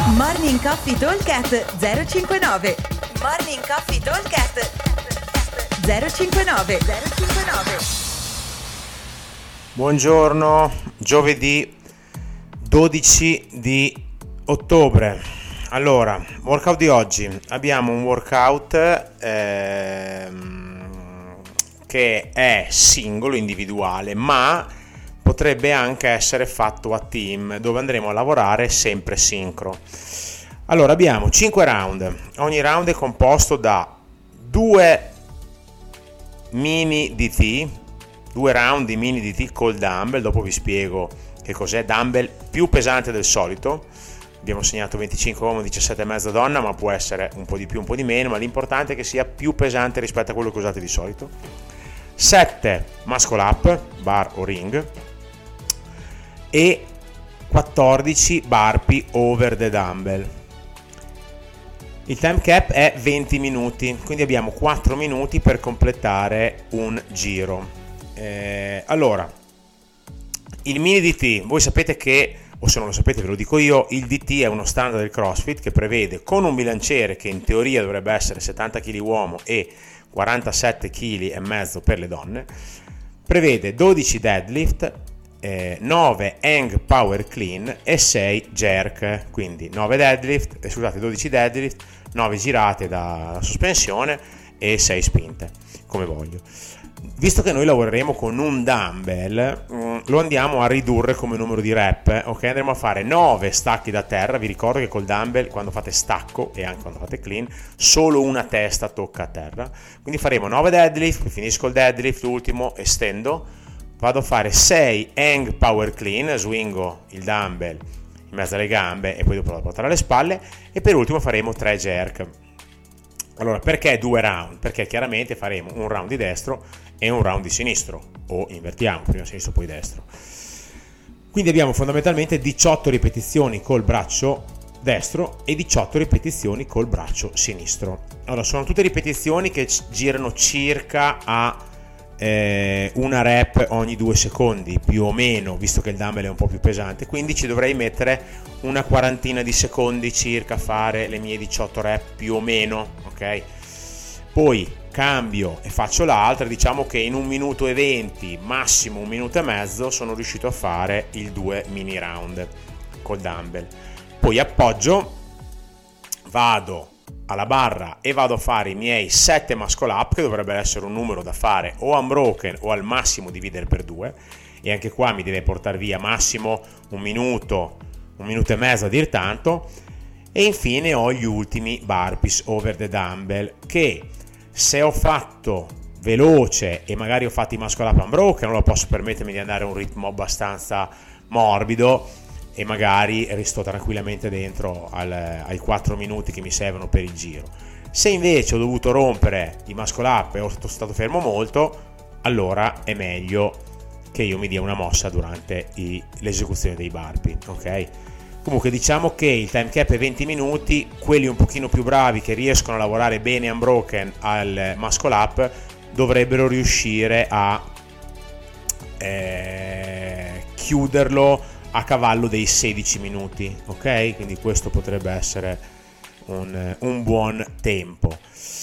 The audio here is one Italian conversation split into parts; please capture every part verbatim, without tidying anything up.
Morning Coffee Talkcast zero cinquantanove. Morning Coffee Talkcast zero cinquantanove. zero cinquantanove. Buongiorno, giovedì dodici di ottobre. Allora, workout di oggi. Abbiamo un workout ehm, che è singolo, individuale, ma potrebbe anche essere fatto a team, dove andremo a lavorare sempre sincro. Allora, abbiamo cinque round. Ogni round è composto da due mini D T, due round di mini D T col dumbbell. Dopo vi spiego che cos'è. Dumbbell più pesante del solito. Abbiamo segnato venticinque uomo, diciassette e mezzo donna, ma può essere un po' di più, un po' di meno, ma l'importante è che sia più pesante rispetto a quello che usate di solito. sette muscle up, bar o ring, e quattordici burpee over the dumbbell. Il time cap è venti minuti, quindi abbiamo quattro minuti per completare un giro. Eh, allora, il mini D T, voi sapete che, o se non lo sapete ve lo dico io, il D T è uno standard del CrossFit che prevede, con un bilanciere che in teoria dovrebbe essere settanta chili uomo e quarantasette chili e mezzo per le donne, prevede dodici deadlift, eh, nove hang power clean e sei jerk, quindi nove deadlift, eh, scusate, dodici deadlift, nove girate da sospensione e sei spinte, come voglio. Visto che noi lavoreremo con un dumbbell, mh, lo andiamo a ridurre come numero di rep, ok? Andremo a fare nove stacchi da terra. Vi ricordo che col dumbbell, quando fate stacco e anche quando fate clean, solo una testa tocca a terra. Quindi faremo nove deadlift, finisco il deadlift, l'ultimo, estendo, vado a fare sei hang power clean, swingo il dumbbell in mezzo alle gambe e poi dopo lo portare alle spalle, e per ultimo faremo tre jerk. Allora, perché due round? Perché chiaramente faremo un round di destro e un round di sinistro, o invertiamo, prima sinistro poi destro. Quindi abbiamo fondamentalmente diciotto ripetizioni col braccio destro e diciotto ripetizioni col braccio sinistro. Allora, sono tutte ripetizioni che girano circa a eh, una rep ogni due secondi, più o meno, visto che il dumbbell è un po' più pesante, quindi ci dovrei mettere una quarantina di secondi circa a fare le mie diciotto rep, più o meno, ok? Poi cambio e faccio l'altra. Diciamo che in un minuto e venti, massimo un minuto e mezzo, sono riuscito a fare il due mini round col dumbbell. Poi appoggio, vado alla barra e vado a fare i miei sette muscle up, che dovrebbe essere un numero da fare o unbroken o al massimo dividere per due, e anche qua mi deve portare via massimo un minuto, un minuto e mezzo a dir tanto. E infine ho gli ultimi burpees over the dumbbell, che se ho fatto veloce e magari ho fatto i muscle up unbroken, non lo posso permettermi di andare a un ritmo abbastanza morbido e magari resto tranquillamente dentro al, ai quattro minuti che mi servono per il giro. Se invece ho dovuto rompere i muscle up e ho sono stato fermo molto, allora è meglio che io mi dia una mossa durante i, l'esecuzione dei burpee, ok? Comunque diciamo che il time cap è venti minuti. Quelli un pochino più bravi, che riescono a lavorare bene unbroken al muscle up, dovrebbero riuscire a eh, chiuderlo a cavallo dei sedici minuti, ok? Quindi questo potrebbe essere un, un buon tempo.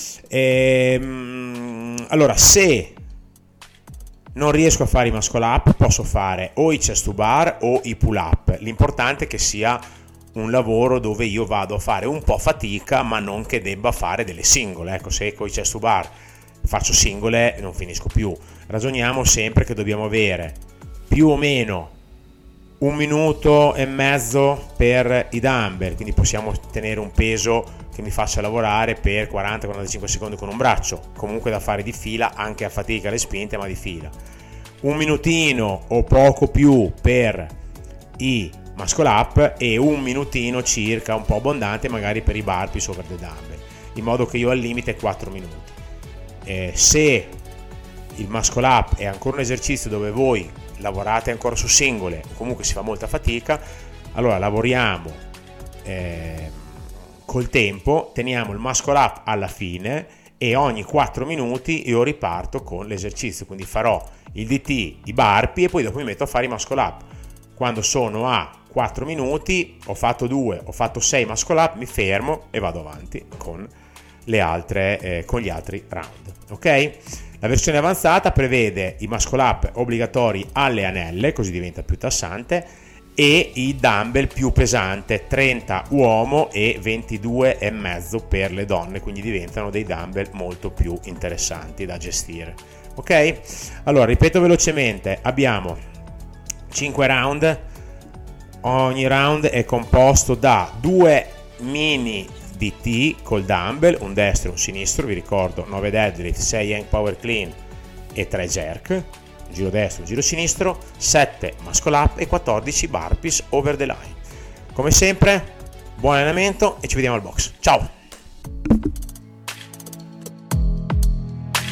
Ehm, allora, se non riesco a fare i muscle up, posso fare o i chest to bar o i pull up. L'importante è che sia un lavoro dove io vado a fare un po' fatica, ma non che debba fare delle singole. Ecco, se con i chest to bar faccio singole non finisco più. Ragioniamo sempre che dobbiamo avere più o meno un minuto e mezzo per i dumbbell, quindi possiamo tenere un peso che mi faccia lavorare per quaranta quarantacinque secondi con un braccio, comunque da fare di fila, anche a fatica le spinte, ma di fila. Un minutino o poco più per i muscle up e un minutino circa, un po' abbondante, magari per i burpees over the dumbbell, in modo che io al limite quattro minuti. Eh, se il muscle up è ancora un esercizio dove voi lavorate ancora su singole, comunque si fa molta fatica, allora lavoriamo eh, col tempo, teniamo il muscle up alla fine e ogni quattro minuti io riparto con l'esercizio, quindi farò il D T, i burpee e poi dopo mi metto a fare i muscle up. Quando sono a quattro minuti, ho fatto due, ho fatto sei muscle up, mi fermo e vado avanti con le altre eh, con gli altri round. Ok? La versione avanzata prevede i muscle up obbligatori alle anelle, così diventa più tassante, e i dumbbell più pesante, trenta uomo e ventidue e mezzo per le donne, quindi diventano dei dumbbell molto più interessanti da gestire. Ok? Allora, ripeto velocemente, abbiamo cinque round, ogni round è composto da due mini D T col dumbbell, un destro e un sinistro, vi ricordo nove deadlift, sei hang power clean e tre jerk, giro destro, giro sinistro, sette muscle up e quattordici burpees over the line. Come sempre, buon allenamento e ci vediamo al box. Ciao!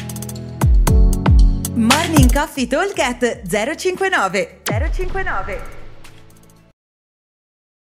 Morning Coffee Talk at zero cinquantanove zero cinquantanove